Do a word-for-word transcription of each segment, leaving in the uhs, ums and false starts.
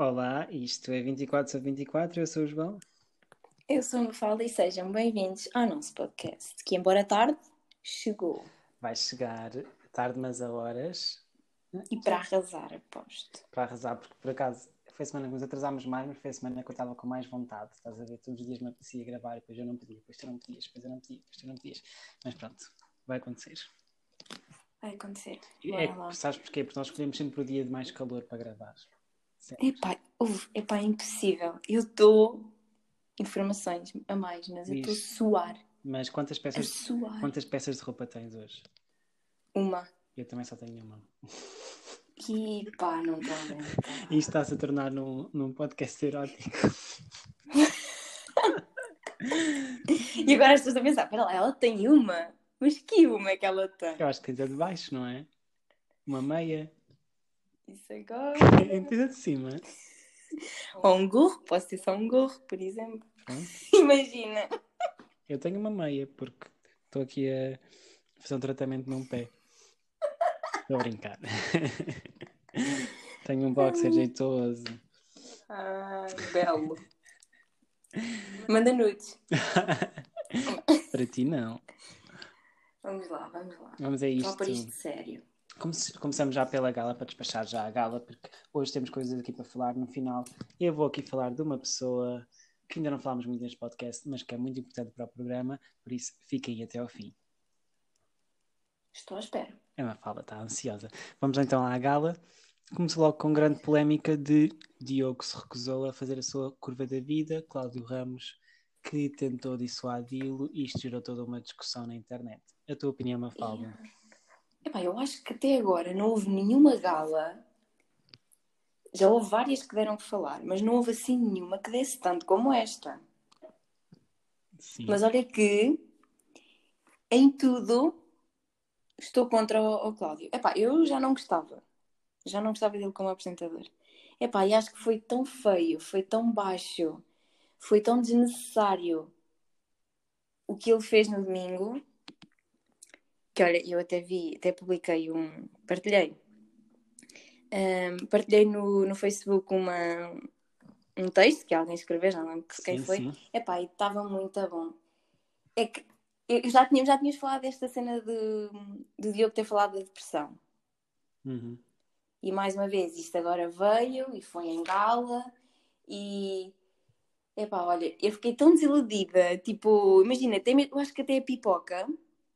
Olá, isto é vinte e quatro sobre vinte e quatro, eu sou o João. Eu sou a Mafalda e sejam bem-vindos ao nosso podcast, que embora tarde, chegou. Vai chegar tarde, mas a horas. E para arrasar, aposto. Para arrasar, porque por acaso foi a semana que nos atrasámos mais, mas foi a semana que eu estava com mais vontade. Estás a ver? Todos os dias me apetecia gravar e depois eu não podia, depois tu não podias, depois eu não podia, depois tu não podias. Mas pronto, vai acontecer. Vai acontecer. É, Bora lá. sabes porquê? Porque nós escolhemos sempre o dia de mais calor para gravar. Sempre. Epá, uf, epá, é impossível. Eu estou... Informações a mais, mas eu estou a suar. Mas quantas peças, a suar. quantas peças de roupa tens hoje? Uma. Eu também só tenho uma. Que pá, não estou a aguentar. Isto está-se a tornar num, num podcast erótico. E agora as pessoas estão a pensar, espera lá, ela tem uma? Mas que uma é que ela tem? Eu acho que tens a de baixo, não é? Uma meia. Isso agora... Tens a de cima. Ou um gorro, posso ter só um gorro, por exemplo. Pronto. Imagina. Eu tenho uma meia, porque estou aqui a fazer um tratamento num pé. Estou a brincar. Tenho um boxer jeitoso. Ai, belo. Manda nudes. Para ti não. Vamos lá, vamos lá. Vamos a isto. Só por isto sério. Come- Começamos já pela gala, para despachar já a gala, porque hoje temos coisas aqui para falar no final. Eu vou aqui falar de uma pessoa que ainda não falámos muito neste podcast, mas que é muito importante para o programa, por isso fiquem até ao fim. Estou à espera. É uma fala, está ansiosa. Vamos então à gala. Começou logo com grande polémica de Diogo se recusou a fazer a sua curva da vida, Cláudio Ramos que tentou dissuadi-lo e isto gerou toda uma discussão na internet. A tua opinião, Mafalda? Epá, eu acho que até agora não houve nenhuma gala. Já houve várias que deram que falar, mas não houve assim nenhuma que desse tanto como esta. Sim. Mas olha que em tudo estou contra o, o Cláudio. Epá, eu já não gostava. Já não gostava dele como apresentador. Epá, e acho que foi tão feio, foi tão baixo, foi tão desnecessário o que ele fez no domingo, que olha, eu até vi, até publiquei um, partilhei, um, partilhei no, no Facebook uma, um texto que alguém escreveu, já não lembro quem Sim, foi. sim. Epá, e estava muito bom. É que eu já tínhamos, já tínhamos falado desta cena de, do Diogo ter falado da depressão. Uhum. E mais uma vez, isto agora veio e foi em gala e... Epá, olha, eu fiquei tão desiludida. Tipo, imagina, até, eu acho que até a Pipoca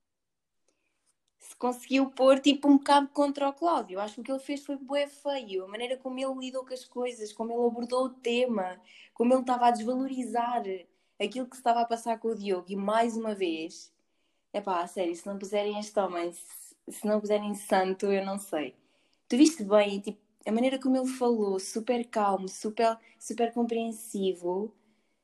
se conseguiu pôr tipo um bocado contra o Cláudio. Eu acho que o que ele fez foi bué feio. A maneira como ele lidou com as coisas, como ele abordou o tema, como ele estava a desvalorizar aquilo que se estava a passar com o Diogo. E mais uma vez, epá, a sério, se não puserem este homem, se, se não puserem santo, eu não sei. Tu viste bem, tipo, a maneira como ele falou, super calmo, super, super compreensivo.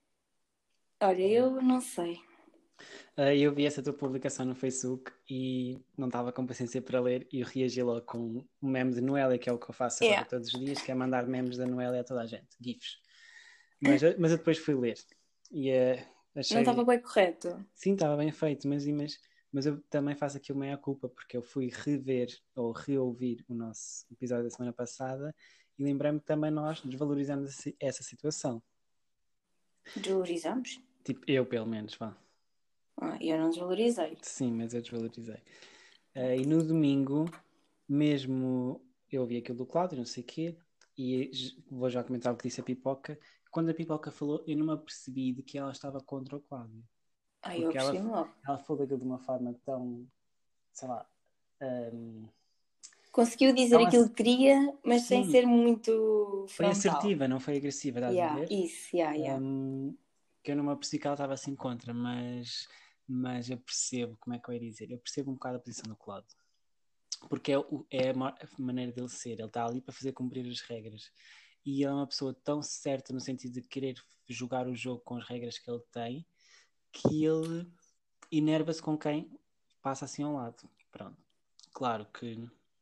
Olha, eu não sei. Uh, eu vi essa tua publicação no Facebook e não estava com paciência para ler e eu reagi logo com um meme de Noélia, que é o que eu faço agora É. todos os dias, que é mandar memes da Noélia a toda a gente, gifs. Mas, mas eu depois fui ler e uh, achei... Não estava bem correto. Sim, estava bem feito, mas, mas, mas eu também faço aqui uma meia-culpa, porque eu fui rever ou reouvir o nosso episódio da semana passada e lembrei-me que também nós desvalorizamos essa situação. Desvalorizamos? Tipo, eu pelo menos, vá. Ah, eu não desvalorizei. Sim, mas eu desvalorizei. Uh, e no domingo, mesmo eu ouvi aquilo do Cláudio, não sei o quê, e vou já comentar o que disse a Pipoca. Quando a Pipoca falou, eu não me apercebi de que ela estava contra o Cláudio. Ah, eu Porque ela, percebi logo. ela falou daquilo de uma forma tão, sei lá... Um, Conseguiu dizer Então, aquilo que queria, mas sim, sem ser muito foi frontal. assertiva, não foi agressiva, estás Yeah, a ver? isso, yeah, yeah. Um, que eu não me apercebi que ela estava assim contra, mas, mas eu percebo, como é que eu ia dizer? Eu percebo um bocado a posição do Cláudio. Porque é, o, é a maneira dele ser, ele está ali para fazer cumprir as regras. E ele é uma pessoa tão certa no sentido de querer jogar o jogo com as regras que ele tem, que ele enerva-se com quem passa assim ao lado. Pronto. Claro que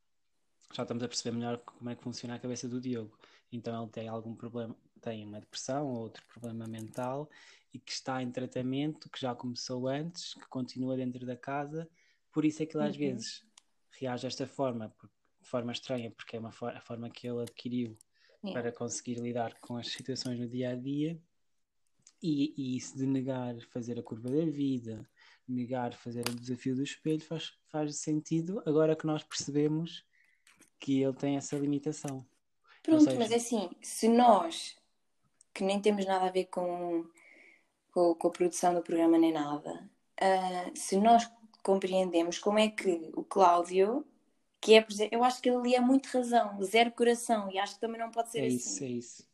já estamos a perceber melhor como é que funciona a cabeça do Diogo. Então ele tem algum problema, tem uma depressão ou outro problema mental e que está em tratamento, que já começou antes, que continua dentro da casa. Por isso é que ele às Uhum. vezes reage desta forma, de forma estranha, porque é uma for- a forma que ele adquiriu Yeah. para conseguir lidar com as situações no dia a dia. E, e isso de negar fazer a curva da vida, negar fazer o desafio do espelho, faz, faz sentido agora que nós percebemos que ele tem essa limitação. Ou Pronto, mas seja, é assim, se nós, que nem temos nada a ver com, com, com a produção do programa nem nada, uh, se nós compreendemos como é que o Cláudio, que é, eu acho que ele ali é muito razão, zero coração, e acho que também não pode ser é assim. isso, é isso.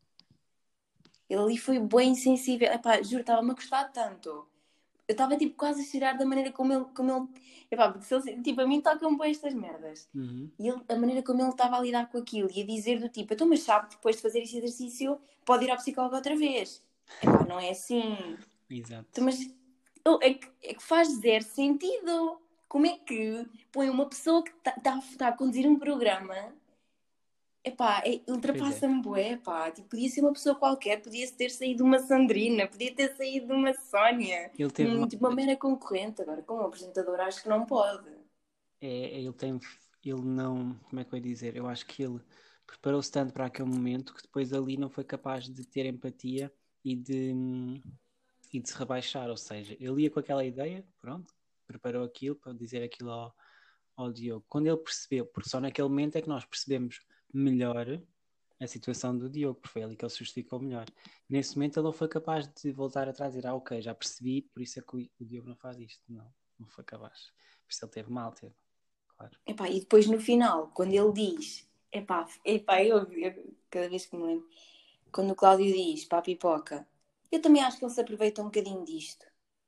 Ele ali foi bem insensível. Epá, juro, estava-me a custar tanto. Eu estava tipo quase a chorar da maneira como ele. Como ele epá, porque se ele, tipo, a mim tocam bem estas merdas. Uhum. E ele, a maneira como ele estava a lidar com aquilo e a dizer do tipo, então, mas sabe, depois de fazer esse exercício, pode ir ao psicólogo outra vez. Epá, não é assim. Exato. Então, mas é que, é que faz zero sentido. Como é que põe uma pessoa que está tá, tá a conduzir um programa. Epá, é, ultrapassa-me bué, pá. Tipo, podia ser uma pessoa qualquer, podia ter saído uma Sandrina, podia ter saído uma Sónia, Ele teve um, uma... tipo, uma mera concorrente. Agora, como apresentador, acho que não pode. É, ele tem... Ele não... Como é que eu ia dizer? Eu acho que ele preparou-se tanto para aquele momento que depois ali não foi capaz de ter empatia e de, e de se rebaixar. Ou seja, ele ia com aquela ideia, pronto, preparou aquilo para dizer aquilo ao, ao Diogo. Quando ele percebeu, porque só naquele momento é que nós percebemos melhor a situação do Diogo, porque foi ali que ele se justificou melhor. Nesse momento ele não foi capaz de voltar atrás e dizer, ah, ok, já percebi, por isso é que o, o Diogo não faz isto. Não, não foi capaz. Por isso ele teve mal, teve, claro. Epá, e depois no final, quando ele diz, epá, epá eu, eu cada vez que me lembro, quando o Cláudio diz para a pipoca, eu também acho que ele se aproveita um bocadinho disto.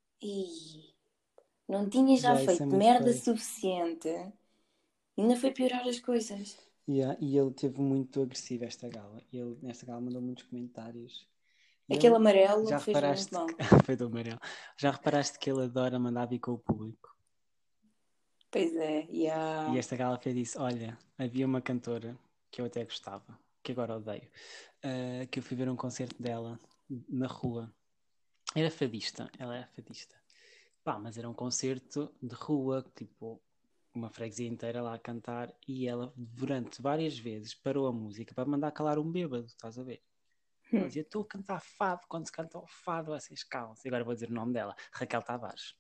E não tinha já Yeah, isso é feito muito merda feio. suficiente, ainda foi piorar as coisas. Yeah, e ele teve muito agressivo esta gala. Ele, nesta gala, mandou muitos comentários. E Aquele ele, amarelo já fez muito reparaste mal. que... foi do amarelo. Já reparaste que ele adora mandar vir com o público? Pois é, yeah. E esta gala fez isso. Olha, havia uma cantora que eu até gostava, que agora odeio, uh, que eu fui ver um concerto dela na rua. Era fadista, ela era fadista. Pá, mas era um concerto de rua, tipo, uma freguesia inteira lá a cantar, e ela, durante várias vezes, parou a música para mandar calar um bêbado, estás a ver? Ela dizia, estou a cantar fado, quando se canta o fado, vocês calam-se. Agora vou dizer o nome dela, Raquel Tavares.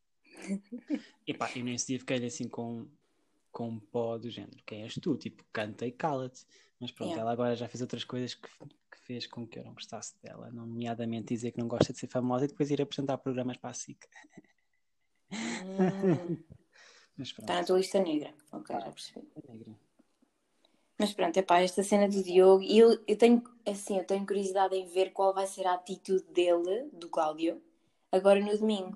E pá, eu nesse dia fiquei assim com, com um pó do género, quem és tu? Tipo, canta e cala-te. Mas pronto, Yeah. ela agora já fez outras coisas que, que fez com que eu não gostasse dela, nomeadamente dizer que não gosta de ser famosa e depois ir apresentar programas para a S I C. Hum. Mas pronto. Está na tua lista negra. Ok, Tá, já percebi. é negra. Mas pronto, é pá, esta cena do Diogo, e eu, eu tenho, assim, eu tenho curiosidade em ver qual vai ser a atitude dele, do Cláudio, agora no domingo.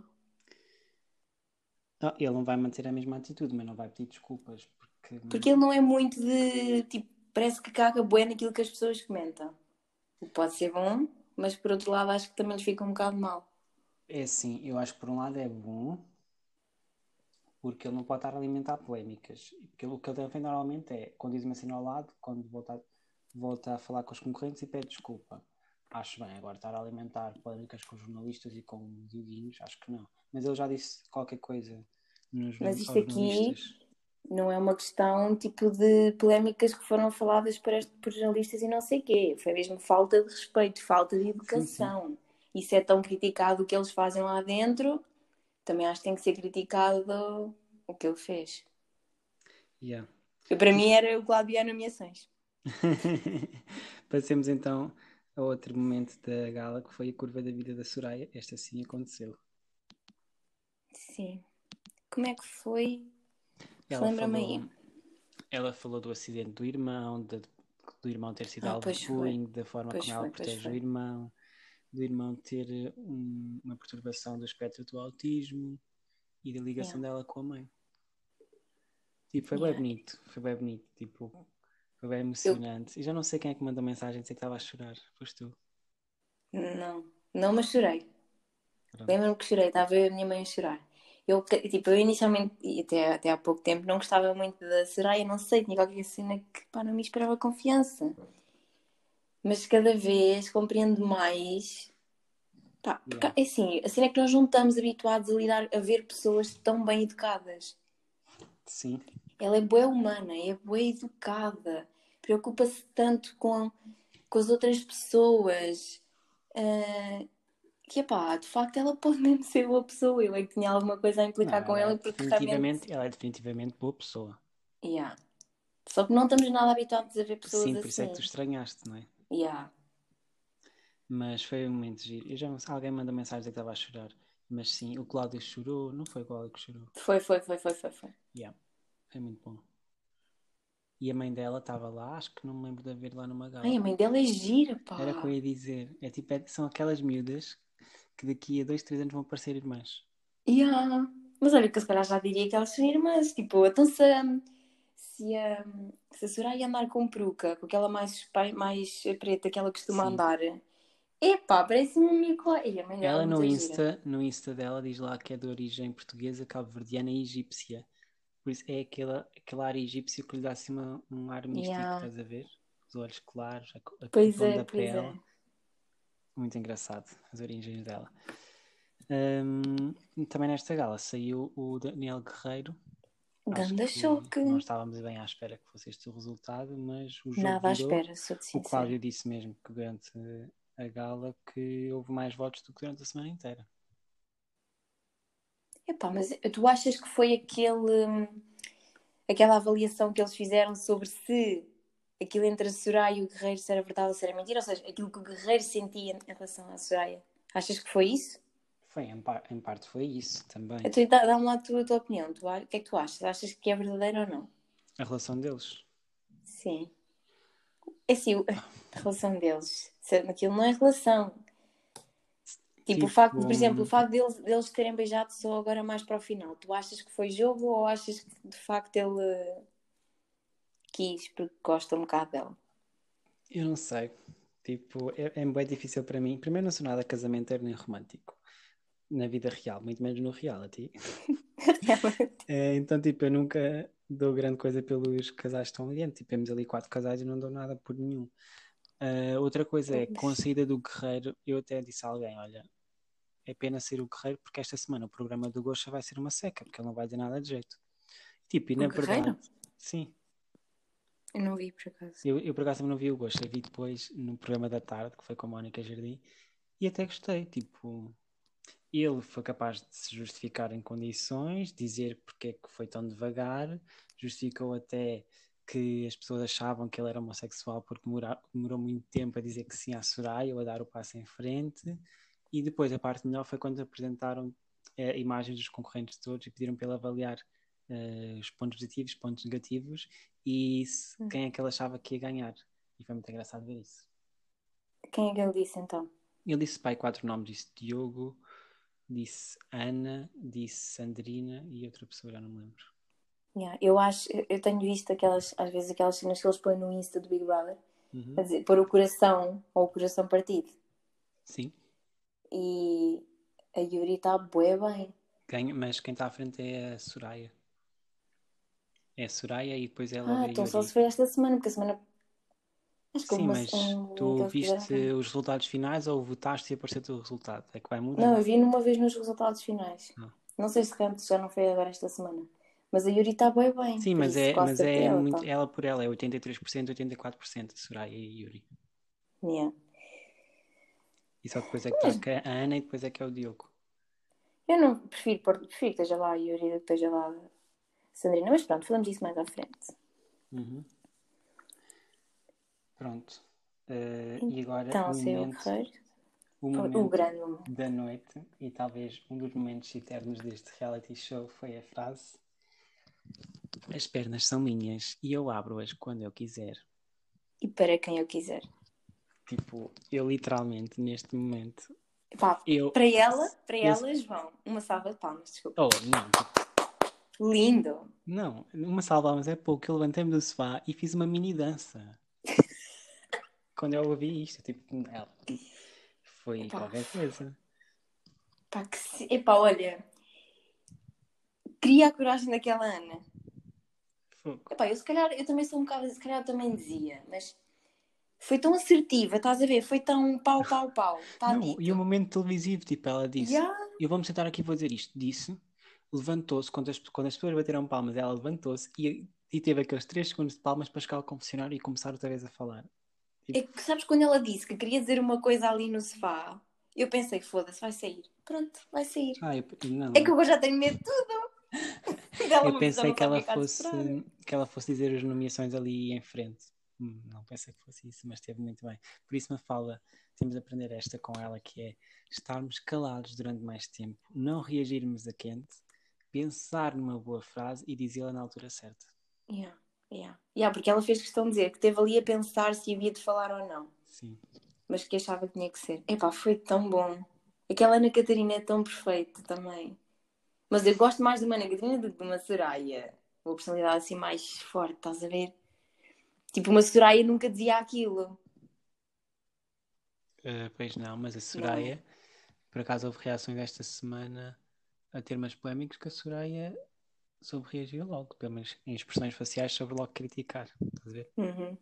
Ah, ele não vai manter a mesma atitude, mas não vai pedir desculpas, porque... Porque ele não é muito de, tipo, parece que caga bué naquilo que as pessoas comentam. O que pode ser bom, mas por outro lado acho que também lhes fica um bocado mal. É assim, eu acho que por um lado é bom, porque ele não pode estar a alimentar polémicas. Porque o que ele tem feito normalmente é, quando diz uma cena ao lado, quando volta, volta a falar com os concorrentes e pede desculpa. Acho bem, agora estar a alimentar polémicas com jornalistas e com dioguinhos, acho que não. Mas ele já disse qualquer coisa nos, Mas isto aos aqui jornalistas. não é uma questão tipo de polémicas que foram faladas por, este, por jornalistas e não sei o quê. Foi mesmo falta de respeito, falta de educação. Sim, sim. Isso é tão criticado o que eles fazem lá dentro, também acho que tem que ser criticado o que ele fez. Yeah. Eu, para mim era o Cláudio nomeações. Passemos então a outro momento da gala, que foi a curva da vida da Soraya. Esta sim aconteceu. Sim. Como é que foi? Ela Lembra-me falou, aí. ela falou do acidente do irmão, de, do irmão ter sido Ah, alvo pois de foi. bullying, da forma Pois como ela foi, pois protege foi. o irmão, do irmão ter um, uma perturbação do espectro do autismo e da ligação Yeah. dela com a mãe. Tipo, foi Yeah. bem bonito, foi bem bonito, tipo, foi bem emocionante. Eu... E já não sei quem é que mandou mensagem, sei que estava a chorar, foste tu. Não, não, mas chorei. Pronto. Lembro-me que chorei, estava eu e a minha mãe a chorar. Eu, tipo, eu inicialmente, e até, até há pouco tempo, não gostava muito da Soraya, não sei, tinha qualquer cena que, pá, não me inspirava confiança. Mas cada vez compreendo mais, pá, porque, Yeah. assim, a cena é que nós não estamos habituados a lidar, a ver pessoas tão bem educadas. Sim. Ela é bué humana, é bué educada. preocupa-se tanto com, com as outras pessoas. Uh, que, epá, de facto ela pode mesmo ser boa pessoa. Eu é que tinha alguma coisa a implicar Não, com ela ela é porque definitivamente, realmente... ela é definitivamente boa pessoa. Yeah. Só que não estamos nada habituados a ver pessoas Sim, por isso é que tu assim. estranhaste, não é? Yeah. Mas foi um momento giro. Eu já não sei, alguém manda mensagem que estava a chorar. Mas sim, o Cláudio chorou. Não foi o Cláudio que chorou. Foi, foi, foi, foi, foi, foi. Yeah, foi muito bom. E a mãe dela estava lá, acho que não me lembro de a ver lá numa gala. Ai, a mãe dela é gira, pá. Era o que eu ia dizer. É tipo, é- são aquelas miúdas que daqui a dois, três anos vão parecer irmãs. Yeah. Mas olha que eu se calhar já diria que elas são irmãs. Tipo, então se, a- se, a, se a Soraya andar com peruca, com aquela mais, pai- mais preta que ela costuma Sim. andar, epá, parece-me um amigo lá. E a mãe dela é Ela no muito gira. Insta, no Insta dela diz lá que é de origem portuguesa, cabo-verdiana e egípcia. Por isso é aquela, aquela ar egípcio que lhe dá assim uma, um ar místico, Yeah. estás a ver? Os olhos claros, a, co- a- o Pois tom é, da pois pele. é. Muito engraçado, as origens dela. Hum, também nesta gala saiu o Daniel Guerreiro. Acho Ganda que choque. não estávamos bem à espera que fosse este o resultado, mas o jogo Nada à virou. espera, sou-te O sincera. Cláudio disse mesmo que durante a gala que houve mais votos do que durante a semana inteira. Epá, mas tu achas que foi aquele, aquela avaliação que eles fizeram sobre se aquilo entre a Soraya e o Guerreiro se era verdade ou se era mentira? Ou seja, aquilo que o Guerreiro sentia em relação à Soraya. Achas que foi isso? Foi, em, par- em parte foi isso também. Então dá- dá-me lá a tua, a tua opinião. Tu, a- o que é que tu achas? Achas que é verdadeiro ou não? A relação deles. Sim. É assim, o- a relação deles. Se- Aquilo não é relação. Tipo, o Tipo, facto, por exemplo, o facto deles, deles terem beijado só agora mais para o final. Tu achas que foi jogo ou achas que de facto ele quis porque gosta um bocado dela? eu não sei. Tipo, é, é bem difícil para mim. Primeiro, não sou nada casamenteiro nem romântico. Na vida real, muito menos no reality. É, então, tipo, eu nunca dou grande coisa pelos casais que estão ali dentro. Tipo, temos ali quatro casais e não dou nada por nenhum. Uh, outra coisa é, com a saída do Guerreiro, eu até disse a alguém, olha, é pena ser o Guerreiro porque esta semana o programa do Gosha vai ser uma seca, porque ele não vai dizer nada de jeito. Tipo, e O na Guerreiro? verdade, sim. Eu não vi, por acaso. Eu, eu por acaso também não vi o Gosha, vi depois no programa da tarde, que foi com a Mónica Jardim, e até gostei, tipo... Ele foi capaz de se justificar em condições, dizer porque é que foi tão devagar, justificou até que as pessoas achavam que ele era homossexual porque demorou, demorou muito tempo a dizer que sim à Soraya ou a dar o passo em frente. E depois a parte melhor foi quando apresentaram eh, imagens dos concorrentes todos e pediram para ele avaliar eh, os pontos positivos, pontos negativos e se, quem é que ele achava que ia ganhar. E foi muito engraçado ver isso. Quem é que ele disse então? Ele disse pai quatro nomes, disse Diogo, disse Ana, disse Sandrina e outra pessoa, já não me lembro. Yeah, eu acho, eu eu tenho visto aquelas, às vezes aquelas cenas que eles põem no Insta do Big Brother, Uhum. a dizer, pôr o coração ou o coração partido. Sim. E a Yuri está bué bem. Ganha, mas quem está à frente é a Soraya. É a Soraya e depois é logo Ah, a então Yuri. só se foi esta semana, porque a semana. Acho que houve Sim, uma, mas um em que tu eles viste fizeram. os resultados finais ou votaste e apareceu o resultado? É que vai mudando. Não, eu vi numa vez nos resultados finais. Ah. Não sei se antes já não foi agora esta semana. Mas a Yuri está bem bem. Sim, Por mas isso, é, quase mas é certeza. muito Tá. ela por ela, é oitenta e três por cento, oitenta e quatro por cento, Soraya e Yuri. Yeah. E só depois é que está a Ana e depois é que é o Diogo. Eu não prefiro, pôr- prefiro que esteja lá a Yuri do que esteja lá a Sandrina. Mas pronto, falamos disso mais à frente. Uhum. Pronto. Uh, e agora Então, o seu momento, Guerreiro. o O momento grande momento. da noite e talvez um dos momentos eternos deste reality show foi a frase: as pernas são minhas e eu abro-as quando eu quiser. E para quem eu quiser. Tipo, eu literalmente neste momento Pá, eu, para ela, para eu, ela, João, uma salva de palmas, desculpa. oh, não, tipo, Lindo! não, uma salva, mas é pouco. Eu levantei-me do sofá e fiz uma mini dança. Quando eu ouvi isto, tipo, ela foi Epá, qualquer coisa. Pá, que se... Epá, olha, queria a coragem daquela Ana. Fogo. Epá, eu se calhar, eu também sou um bocado, se calhar eu também dizia, mas foi tão assertiva, estás a ver? Foi tão pau, pau, pau, está Não, dito. e o momento televisivo, tipo, ela disse, Yeah. eu vou-me sentar aqui e vou dizer isto. Disse, levantou-se, quando as, quando as pessoas bateram palmas, ela levantou-se e, e teve aqueles três segundos de palmas para chegar ao confessionário e começar outra vez a falar. É que, sabes, quando ela disse que queria dizer uma coisa ali no sofá, eu pensei, foda-se, vai sair. Pronto, vai sair. Ah, eu, não, É que eu já tenho medo de tudo. Dela eu uma pessoa pensei não que sabe ela ficar desesperada. fosse que ela fosse dizer as nomeações ali em frente. Hum, Não pensei que fosse isso, mas esteve muito bem. Por isso, Mafalda, temos de aprender esta com ela, que é estarmos calados durante mais tempo, não reagirmos a quente, pensar numa boa frase e dizê-la na altura certa. Yeah, yeah. Yeah, porque ela fez questão de dizer que esteve ali a pensar se havia de falar ou não. Sim. Mas que achava que tinha que ser. Epá, foi tão bom. Aquela Ana Catarina é tão perfeita também. Mas eu gosto mais de uma Ana Catarina do que de uma Soraya. Uma personalidade assim mais forte, estás a ver? Tipo, uma Soraya nunca dizia aquilo. Uh, pois não, mas a Não é? Soraya, por acaso houve reações esta semana a termos polémicos que a Soraya soube reagir logo, pelo menos em expressões faciais sobre logo criticar. Estás a ver? Uhum.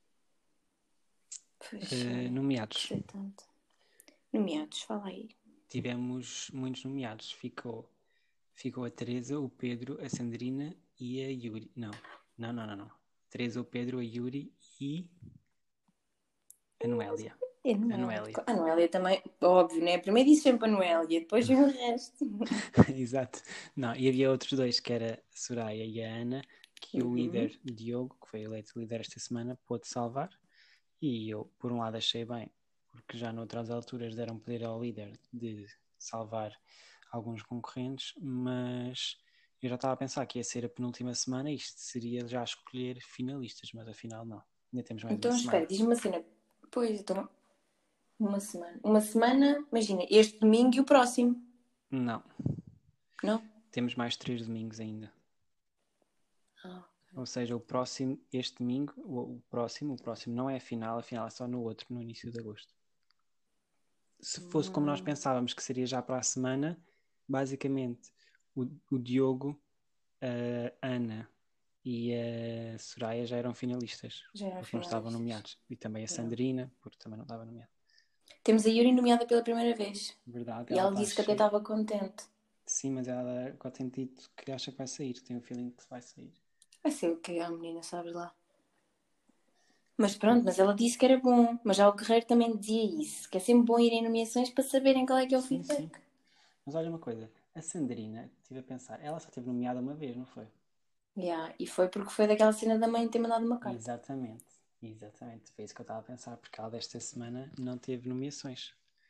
Pois, Uh, olha, nomeados. gostei tanto. Nomeados, fala aí. Tivemos muitos nomeados. Ficou, ficou a Teresa, o Pedro, a Sandrina e a Yuri. Não, não, não, não. não. Teresa, o Pedro, a Yuri e a Noélia. É A Noélia. Noélia. A Noélia também, óbvio, né? Primeiro disse sempre a Noélia, depois vem o resto. Exato. Não, e havia outros dois, que era a Soraya e a Ana, que o Uhum. líder Diogo, que foi eleito líder esta semana, pôde salvar. E eu, por um lado, achei bem, porque já noutras alturas deram poder ao líder de salvar alguns concorrentes, mas eu já estava a pensar que ia ser a penúltima semana e isto seria já escolher finalistas, mas afinal não. Ainda temos mais Então, uma espera, semana. diz-me uma cena. Pois, então, uma semana. Uma semana, imagina, este domingo e o próximo, Não, não? temos mais três domingos ainda. Ah. Ou seja, o próximo, este domingo, o, o próximo, o próximo não é a final, a final é só no outro, no início de agosto. Se fosse como nós pensávamos que seria já para a semana, basicamente o, o Diogo, a Ana e a Soraya já eram finalistas, Já eram porque não estavam finalistas. nomeados. E também a Não. Sandrina, porque também não estava nomeada. Temos a Yuri nomeada pela primeira vez. Verdade, E ela ela está disse que até cheia. estava contente. Sim, mas ela agora tem dito que acha que vai sair, tem o feeling que vai sair. Vai ser o que a menina, sabes lá. Mas pronto, mas ela disse que era bom. Mas já o Guerreiro também dizia isso. Que é sempre bom ir em nomeações para saberem qual é que é o Sim, feedback. sim. Mas olha uma coisa, a Sandrina, estive a pensar, ela só teve nomeada uma vez, não foi? Yeah. E foi porque foi daquela cena da mãe ter mandado uma carta. Exatamente, exatamente. Foi isso que eu estava a pensar, porque ela desta semana não teve nomeações.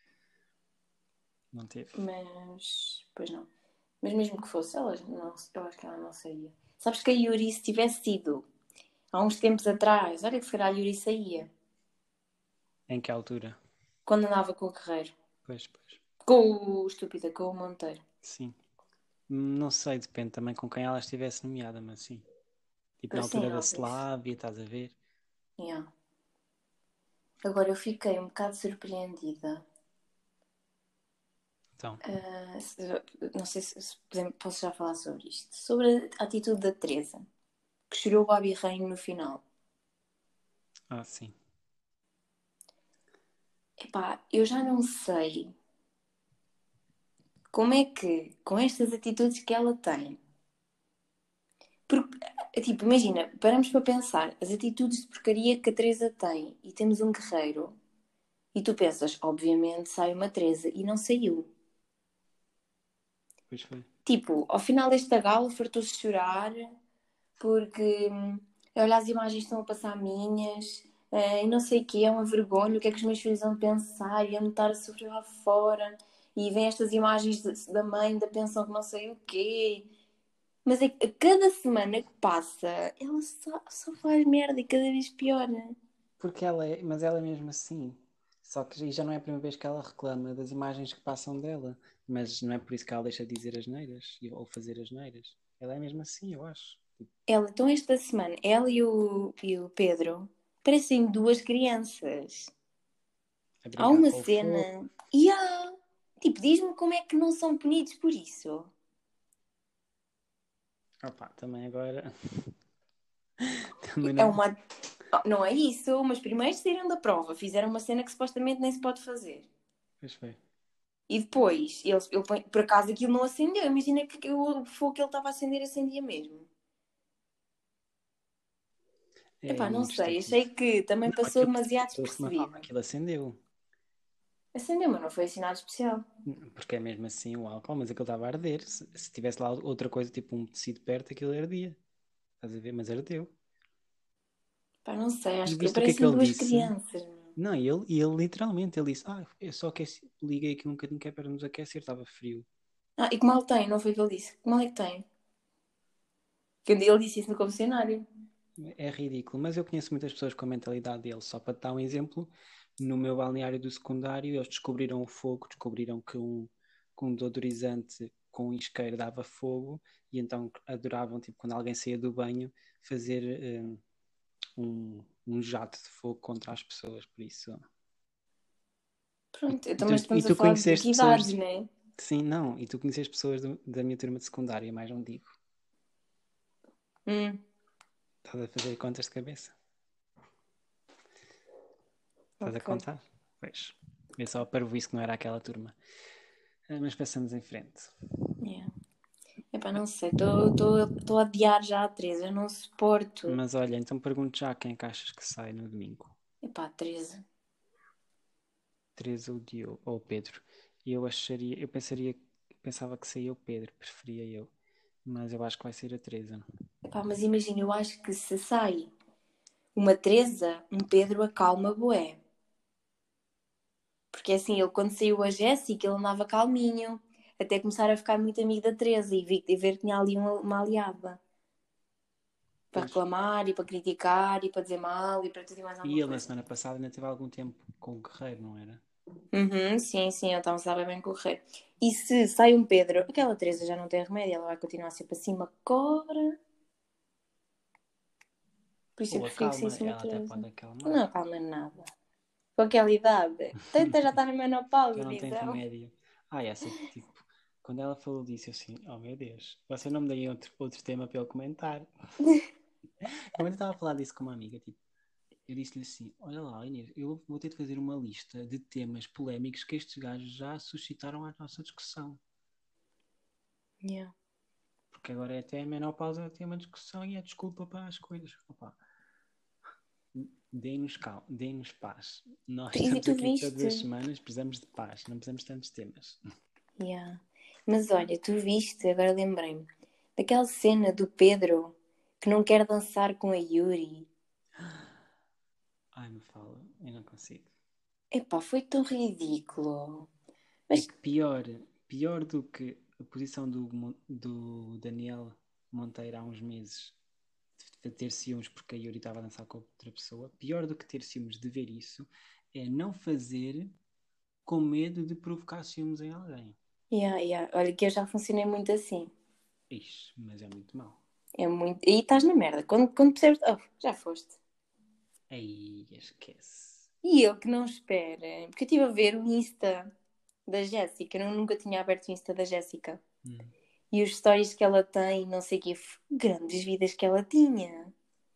Não teve. Mas, pois não. Mas mesmo que fosse, ela não, eu acho que ela não saía. Sabes que a Yuri, se tivesse sido há uns tempos atrás, olha que se calhar a Yuri saía. Em que altura? Quando andava com o Guerreiro. Pois, pois. Com o estúpida, com o Monteiro. Sim. Não sei, depende também com quem ela estivesse nomeada, mas sim. Tipo na Assim, altura da óbvio. Slávia, estás a ver? Yeah. Agora eu fiquei um bocado surpreendida. Então, Uh, se, não sei se, se podemos, posso já falar sobre isto. Sobre a atitude da Teresa, que chorou o Babi Reino no final. ah, sim. Epá, eu já não sei como é que, com estas atitudes que ela tem, porque, tipo, imagina, paramos para pensar, as atitudes de porcaria que a Teresa tem e temos um guerreiro, e tu pensas, obviamente sai uma Teresa, e não saiu. Pois foi. Tipo, ao final desta gala fartou-se de chorar, porque hum, olha, as imagens estão a passar minhas, eh, e não sei o que, é uma vergonha, o que é que os meus filhos vão pensar, e a me estar a sofrer lá fora, e vem estas imagens de- da mãe, da pensão que não sei o quê. Mas é que a cada semana que passa, ela só, só faz merda e cada vez pior. Porque ela é, mas ela é mesmo assim. Só que já não é a primeira vez que ela reclama das imagens que passam dela. Mas não é por isso que ela deixa de dizer as neiras ou fazer as neiras. Ela é mesmo assim, eu acho. Tipo, Ela, então esta semana, ela e o, e o Pedro parecem duas crianças. a Há brincar uma com o fogo. cena. E há. Tipo, diz-me como é que não são punidos por isso. Opa, também agora. também É não. uma. Oh, não é isso, mas primeiro saíram da prova, fizeram uma cena que supostamente nem se pode fazer. Pois foi. E depois, eles, ele, põe- por acaso aquilo não acendeu. Imagina que, que o fogo que ele estava a acender acendia mesmo. É Epá, não muito sei, estúpido. achei que também Não, passou aquilo demasiado passou uma forma, despercebido. aquilo acendeu. Acendeu, mas não foi assim nada especial. Porque é mesmo assim o álcool, mas aquilo estava a arder. Se, se tivesse lá outra coisa, tipo um tecido perto, aquilo ardia. Estás a ver? Mas ardeu. Pá, não sei, E acho que viste o que é que parecem ele duas disse? crianças, meu. Não, e ele, e ele literalmente, ele disse, ah, eu só aqueci, liguei aqui um bocadinho que é para nos aquecer, estava frio. Ah, e que mal tem, não foi o que ele disse? Que mal é que tem? Que um dia ele disse isso no confessionário. É ridículo, mas eu conheço muitas pessoas com a mentalidade dele. Só para te dar um exemplo, no meu balneário do secundário, eles descobriram o fogo, descobriram que um, que um deodorizante com isqueiro dava fogo, e então adoravam, tipo, quando alguém saía do banho, fazer um, um, um jato de fogo contra as pessoas, por isso. E, Pronto, e então, tu, mas e estamos a tu falar de conheceste que idades, pessoas, né? sim, não, e tu conheceste pessoas do- da minha turma de secundária, mais não digo. Hum, Estás a fazer contas de cabeça? Estás a ok. contar? Pois. Eu só parvoíce que não era aquela turma. Ah, mas passamos em frente. Yeah. Epá, não sei, estou a adiar já a Teresa, eu não suporto. Mas olha, então pergunto já quem é que achas que sai no domingo. Epá, Teresa. Teresa ou Diogo, ou Pedro. E eu acharia, eu pensaria, pensava que saía o Pedro, preferia eu. Mas eu acho que vai ser a Teresa. Epá, mas imagina, eu acho que se sai uma Teresa, um Pedro acalma bué. Porque assim, ele quando saiu a Jéssica, ele andava calminho. Até começar a ficar muito amigo da Teresa e, vi, e ver que tinha ali uma, uma aliada. Para Pois. reclamar e para criticar e para dizer mal e para tudo e mais E alguma ele na coisa. semana passada ainda teve algum tempo com o Guerreiro, não era? Uhum, sim, sim, ele estava a bem correr. E se sai um Pedro, aquela Teresa já não tem remédio, ela vai continuar sempre assim uma cobra. Por isso eu Ou preferia que acalma, saísse uma ela até Teresa. pode acalmar. Não acalma nada. Com aquela idade. Tenta já estar na Já menopausa, não tem visão. remédio. Ah, essa, tipo, quando ela falou disso, eu assim, oh meu Deus, você não me dei outro, outro tema para eu comentar. Quando eu estava a falar disso com uma amiga, tipo, eu disse-lhe assim: olha lá, Inês, eu vou ter de fazer uma lista de temas polémicos que estes gajos já suscitaram à nossa discussão. Yeah. Porque agora é até a menopausa tem uma discussão e é desculpa para as coisas. Opa, deem-nos cal, deem-nos paz. Nós E estamos tu aqui todas viste? as semanas, precisamos de paz, não precisamos de tantos temas. Yeah. Mas olha, tu viste, agora lembrei-me, daquela cena do Pedro que não quer dançar com a Yuri. Ai, me fala, eu não consigo. Epá, foi tão ridículo. É Mas, que pior, pior do que a posição do, do Daniel Monteiro há uns meses de ter ciúmes porque a Yuri estava a dançar com outra pessoa, pior do que ter ciúmes de ver isso é não fazer com medo de provocar ciúmes em alguém. yeah, yeah. Olha que eu já funcionei muito assim. Ixi, mas é muito mau. É muito. E estás na merda. Quando, quando percebes. Oh, já foste. Aí, esquece. E eu que não espera. Porque eu estive a ver o Insta da Jéssica. Eu nunca tinha aberto o Insta da Jéssica. Hum. E os stories que ela tem, não sei o quê. Grandes vidas que ela tinha.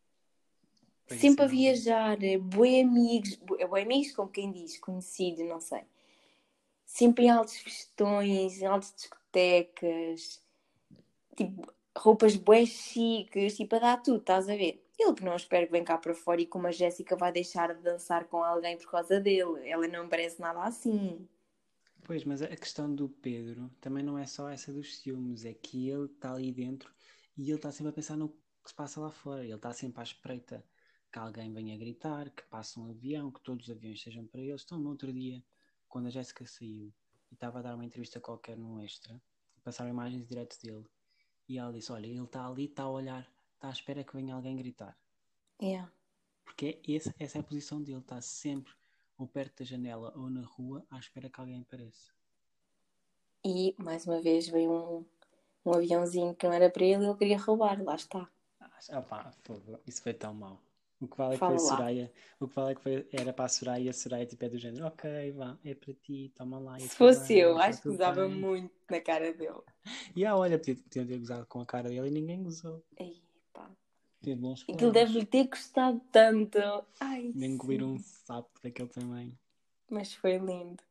Pois isso Sempre eu a não vi. viajar. Bué amigos. Bué amigos, como quem diz. Conhecidos, não sei. Sempre em altos festões, em altas discotecas. Tipo, roupas bué chiques, tipo, a dar tudo, estás a ver? Ele que não espera que venha cá para fora e como a Jéssica vai deixar de dançar com alguém por causa dele. Ela não parece nada assim. Pois, mas a questão do Pedro também não é só essa dos ciúmes, é que ele está ali dentro e ele está sempre a pensar no que se passa lá fora. Ele está sempre à espreita que alguém venha gritar, que passe um avião, que todos os aviões sejam para eles. Então, no outro dia, quando a Jéssica saiu e estava a dar uma entrevista qualquer no Extra, passaram imagens direto dele e ela disse: olha, ele está ali, está a olhar, está à espera que venha alguém gritar. Yeah. Porque esse, essa é a posição dele, está sempre ou perto da janela ou na rua à espera que alguém apareça. E, mais uma vez, veio um, um aviãozinho que não era para ele e ele queria roubar. Lá está. Ah, pá, fogo, isso foi tão mau. O que vale é que foi a Fala lá. Soraya. O que vale é que foi, era para a Soraya e a Soraya tipo, é do género: ok, vá, é para ti, toma lá Se esse fosse eu, avião, está acho que tudo usava bem. muito na cara dele. E ah, olha, podiam podiam ter gozado com a cara dele e ninguém gozou. Ai, pá. Teve bons Aquilo colegas. deve-lhe ter custado tanto. Ai, Nem engolir sim. um sapo daquele tamanho. Mas foi lindo.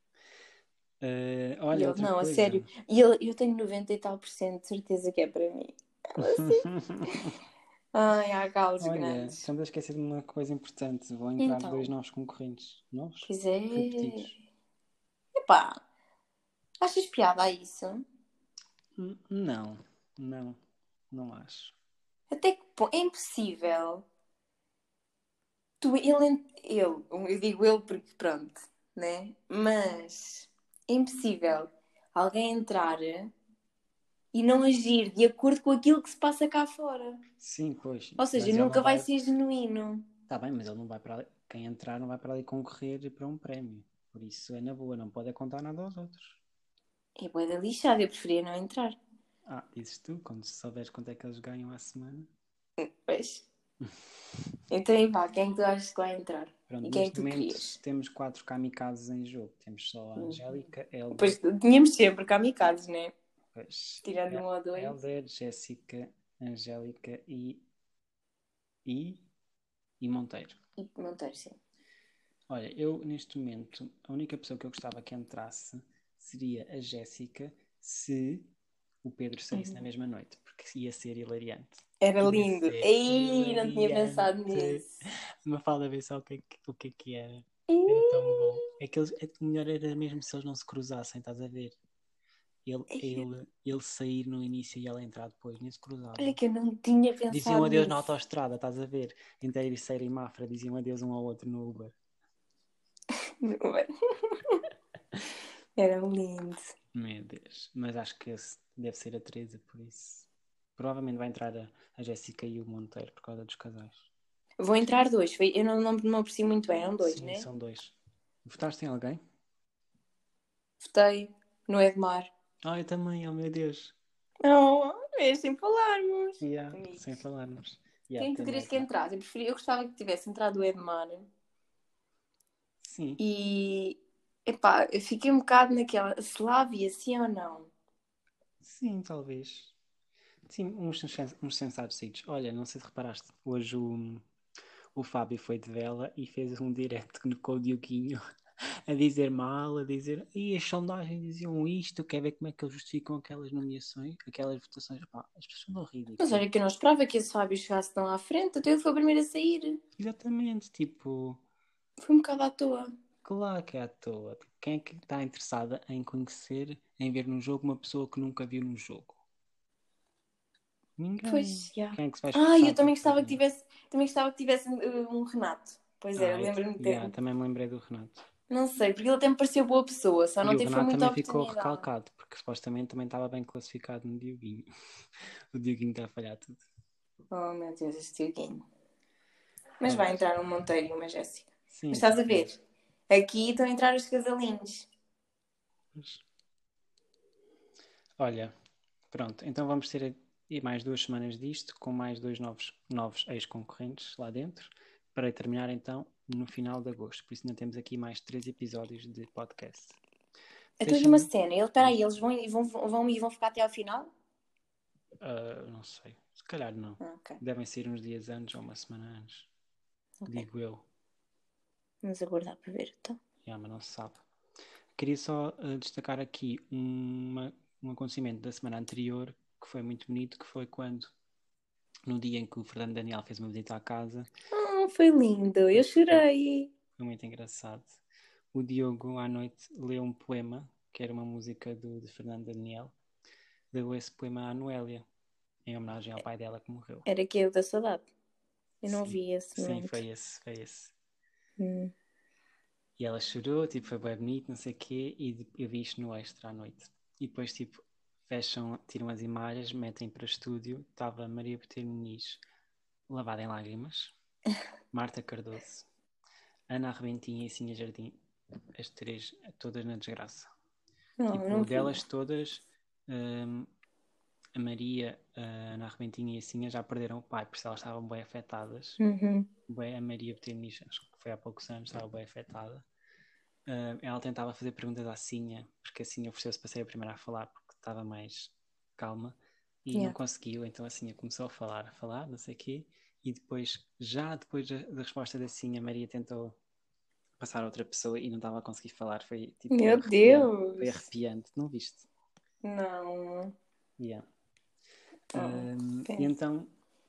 Uh, E olha, ele, outra não, a coisa. sério. E ele, eu tenho noventa e tal por cento de certeza que é para mim. Ela assim. Ai, há galos Olha, grandes. estamos a esquecer de uma coisa importante. Vão entrar Então. dois novos concorrentes. Novos? Pois é. Repetidos. Epá, achas piada a isso? N- Não, não, não acho. Até que ponto? É impossível. Tu, ele, ele, eu digo ele porque pronto, né? Mas é impossível alguém entrar e não agir de acordo com aquilo que se passa cá fora. Sim, pois. Ou Mas seja, ele nunca não vai vai. ser genuíno. Tá bem, mas ele não vai para ali. Quem entrar não vai para ali concorrer para um prémio. Por isso é na boa, não pode é contar nada aos outros. É bué da lixada, eu preferia não entrar. Ah, dizes tu, quando souberes quanto é que eles ganham à semana. Pois. Então aí vá, quem é que tu achas que vai entrar? Pronto, E quem é que neste tu momento querias? temos quatro kamikazes em jogo. Temos só a Hum. Angélica, Helder, Pois tínhamos sempre kamikazes, né? pois, Tirando é- um ou dois. Helder, Jéssica, Angélica e, e, e Monteiro. E Monteiro, sim. Olha, eu neste momento, a única pessoa que eu gostava que entrasse seria a Jéssica, se o Pedro saísse na mesma noite, porque ia ser hilariante. Era Ia lindo. ser Ei, não tinha pensado hilariante. nisso. Uma falda a ver só o que, é que- o que é que era. Era tão Ei, bom. É que eles, é, o melhor era mesmo se eles não se cruzassem, estás a ver? Ele, ei, ele, ele sair no início e ela entrar depois, nem se olha cruzavam. que eu não tinha Diziam pensado adeus na nisso. autoestrada, estás a ver? Entre Ericeira e Mafra, diziam adeus um ao outro no Uber. Era lindo. Meu Deus. Mas acho que esse deve ser a Teresa, por isso. Provavelmente vai entrar a, a Jéssica e o Monteiro por causa dos casais. Vou entrar dois. Foi- Eu não, não, não percebi muito bem. Eram dois, Sim, né? são dois. Votaste em alguém? Votei no Edmar. Ah, eu também, oh meu Deus. Não, é sem falarmos. Yeah, sem Amigos. falarmos. Yeah, Quem tu tem no querias que Edmar. entrasse? Eu, preferia, eu gostava que tivesse entrado o Edmar. Sim, E, epá, eu fiquei um bocado naquela. Slávia, sim ou não? sim, talvez. Sim, uns, sens- uns sensatos. Olha, não sei se reparaste, hoje o, o Fábio foi de vela e fez um direct com o Dioguinho a dizer mal, a dizer e as sondagens diziam isto, quer ver como é que eles justificam aquelas nomeações, aquelas votações. Pá, as pessoas são Mas ridículas. olha que eu não esperava que esse Fábio chegasse tão à frente. Até ele foi o primeiro a sair. Exatamente, tipo, Foi um bocado à toa. claro que é à toa. Quem é que está interessada em conhecer, em ver num jogo uma pessoa que nunca viu num jogo? Ninguém. Pois, já. Quem é que se vai Ah, esforçar eu para também ver gostava que isso? tivesse, também gostava que tivesse uh, um Renato. Pois é, Ah, eu eu, lembro-me yeah, de... também me lembrei do Renato. Não sei, porque ele até me pareceu boa pessoa, só E não o teve foi Renato muita também ficou oportunidade. recalcado, porque supostamente também estava bem classificado no Dioguinho. O Dioguinho está a falhar tudo. Oh meu Deus, este Dioguinho. Mas vai Pois. entrar um Monteiro e uma Jéssica. Mas Sim, estás a certeza. ver? Aqui estão a entrar os casalinhos. Pois. Olha, pronto, então vamos ter aí mais duas semanas disto, com mais dois novos, novos ex-concorrentes lá dentro, para terminar então no final de agosto. Por isso ainda temos aqui mais três episódios de podcast. Então e uma Deixa-me. cena, ele, peraí, eles vão, e vão, vão e vão ficar até ao final? Uh, não sei, se calhar não. Ah, ok, Devem ser uns dias antes ou uma semana antes, ok. digo eu. Vamos aguardar para ver, então. Yeah, mas não se sabe. Queria só uh, destacar aqui uma, um acontecimento da semana anterior que foi muito bonito, que foi quando, no dia em que o Fernando Daniel fez uma visita à casa, Ah, foi lindo, eu chorei. foi muito engraçado. O Diogo, à noite, leu um poema, que era uma música do, de Fernando Daniel, deu esse poema à Noélia, em homenagem ao pai dela que morreu. Era que eu da saudade. Eu não Sim, vi esse sim, momento. foi esse, foi esse. Hum. E ela chorou, tipo, foi bem bonito, não sei o quê, e eu vi isto no extra à noite. E depois, tipo, fecham, tiram as imagens, metem para estúdio, estava Maria Botelho Muniz, lavada em lágrimas, Marta Cardoso, Ana Arrebentinha e Sinha Jardim, as três, todas na desgraça. Não, tipo, não vi. delas todas, hum, a Maria, a Ana Arrebentinha e a Sinha já perderam o pai, porque elas estavam bem afetadas. Uhum. Bem, a Maria Botelho Muniz, acho que foi há poucos anos, estava bem afetada. Uh, ela tentava fazer perguntas à Sinha, porque a Sinha ofereceu-se para ser a primeira a falar, porque estava mais calma, e Yeah. não conseguiu, então a Sinha começou a falar, a falar, não sei o quê, e depois, já depois da, da resposta da Sinha, a Maria tentou passar a outra pessoa e não estava a conseguir falar, foi tipo, Meu foi arrepiante, foi Deus! arrepiante, não viste? Não. Yeah. Oh, Um, e penso. então,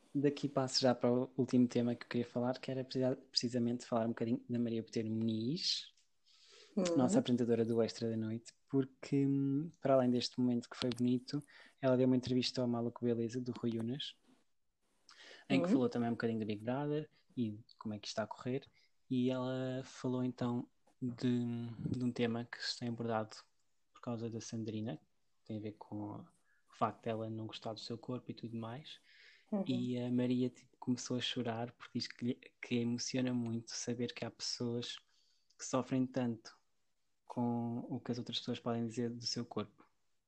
daqui passo já para o último tema que eu queria falar, que era precisa- precisamente falar um bocadinho da Maria Botelho Muniz, nossa Hum, apresentadora do Extra da Noite, porque, hum, para além deste momento que foi bonito, ela deu uma entrevista ao Maluco Beleza, do Rui Unas, em que hum, falou também um bocadinho do Big Brother e de como é que está a correr, e ela falou então de, de um tema que se tem abordado por causa da Sandrina, que tem a ver com o facto dela não gostar do seu corpo e tudo mais, uhum. e a Maria tipo, começou a chorar porque diz que, lhe, que emociona muito saber que há pessoas que sofrem tanto com o que as outras pessoas podem dizer do seu corpo.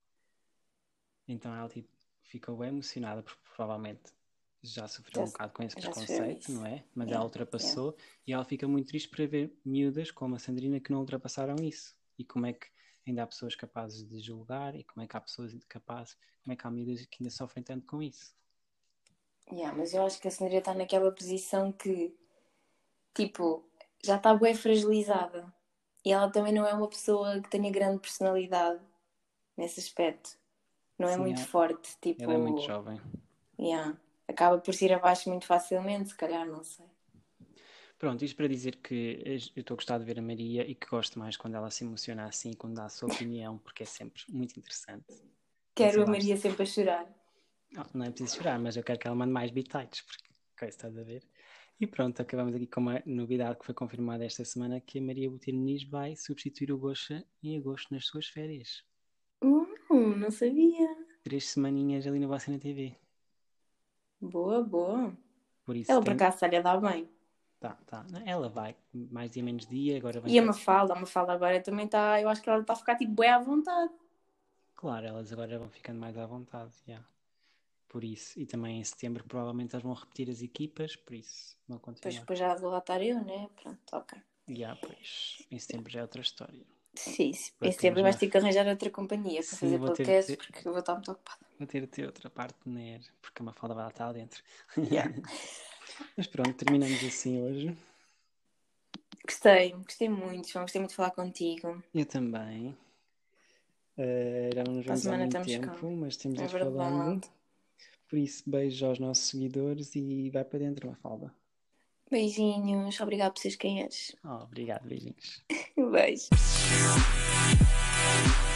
Então ela tipo, ficou bem emocionada porque provavelmente já sofreu Já, um bocado com esse já sofreu preconceito, isso. não é? Mas ela Yeah, yeah. ultrapassou e ela fica muito triste para ver miúdas como a Sandrina que não ultrapassaram isso. E como é que ainda há pessoas capazes de julgar e como é que há pessoas capazes, como é que há miúdas que ainda sofrem tanto com isso. Yeah, mas eu acho que a senhora está naquela posição que, tipo, já está bem fragilizada. E ela também não é uma pessoa que tenha grande personalidade nesse aspecto. Não é Sim, muito ela, forte, ela é muito tipo, jovem. yeah. Acaba por se ir abaixo muito facilmente, se calhar, não sei. Pronto, isto para dizer que eu estou a gostar de ver a Maria e que gosto mais quando ela se emociona assim, quando dá a sua opinião, porque é sempre muito interessante. Quando Quero só a basta. Maria sempre a chorar. Não, não é preciso chorar, mas eu quero que ela mande mais bitites, porque coisa estás a ver. E pronto, acabamos aqui com uma novidade que foi confirmada esta semana, que a Maria Botelho Muniz vai substituir o Gosha em agosto nas suas férias. Hum, não sabia. Três semaninhas ali no Bacena T V. Boa, boa. Por isso Ela por tem... acaso está-lhe a dar bem. Tá, tá. Ela vai, mais dia menos dia, agora vem E a cá. Mafalda, a Mafalda agora também está. Eu acho que ela está a ficar tipo bem à vontade. Claro, elas agora vão ficando mais à vontade, já. Por isso, e também em setembro provavelmente eles vão repetir as equipas, por isso vão Depois, continuar. depois já vou lá estar eu, né? Pronto, ok. Já, pois, em setembro já é outra história. Sim, sim. Para Em termos setembro vais uma. ter que arranjar outra companhia para Sim, fazer vou ter de podcast ter, porque eu vou estar muito ocupada. vou ter de ter outra partner, porque a Mafalda vai lá estar lá dentro. Yeah. Mas pronto, terminamos assim hoje. Gostei, gostei muito, João. Gostei muito de falar contigo. Eu também. Uh, já não nos Para a vemos há semana muito estamos cá. tempo, mas temos É ido falando. verdade. Por isso, beijo aos nossos seguidores e vai para dentro, Mafalda. Beijinhos. Obrigado por seres quem és. Oh, obrigado, beijinhos. Beijo.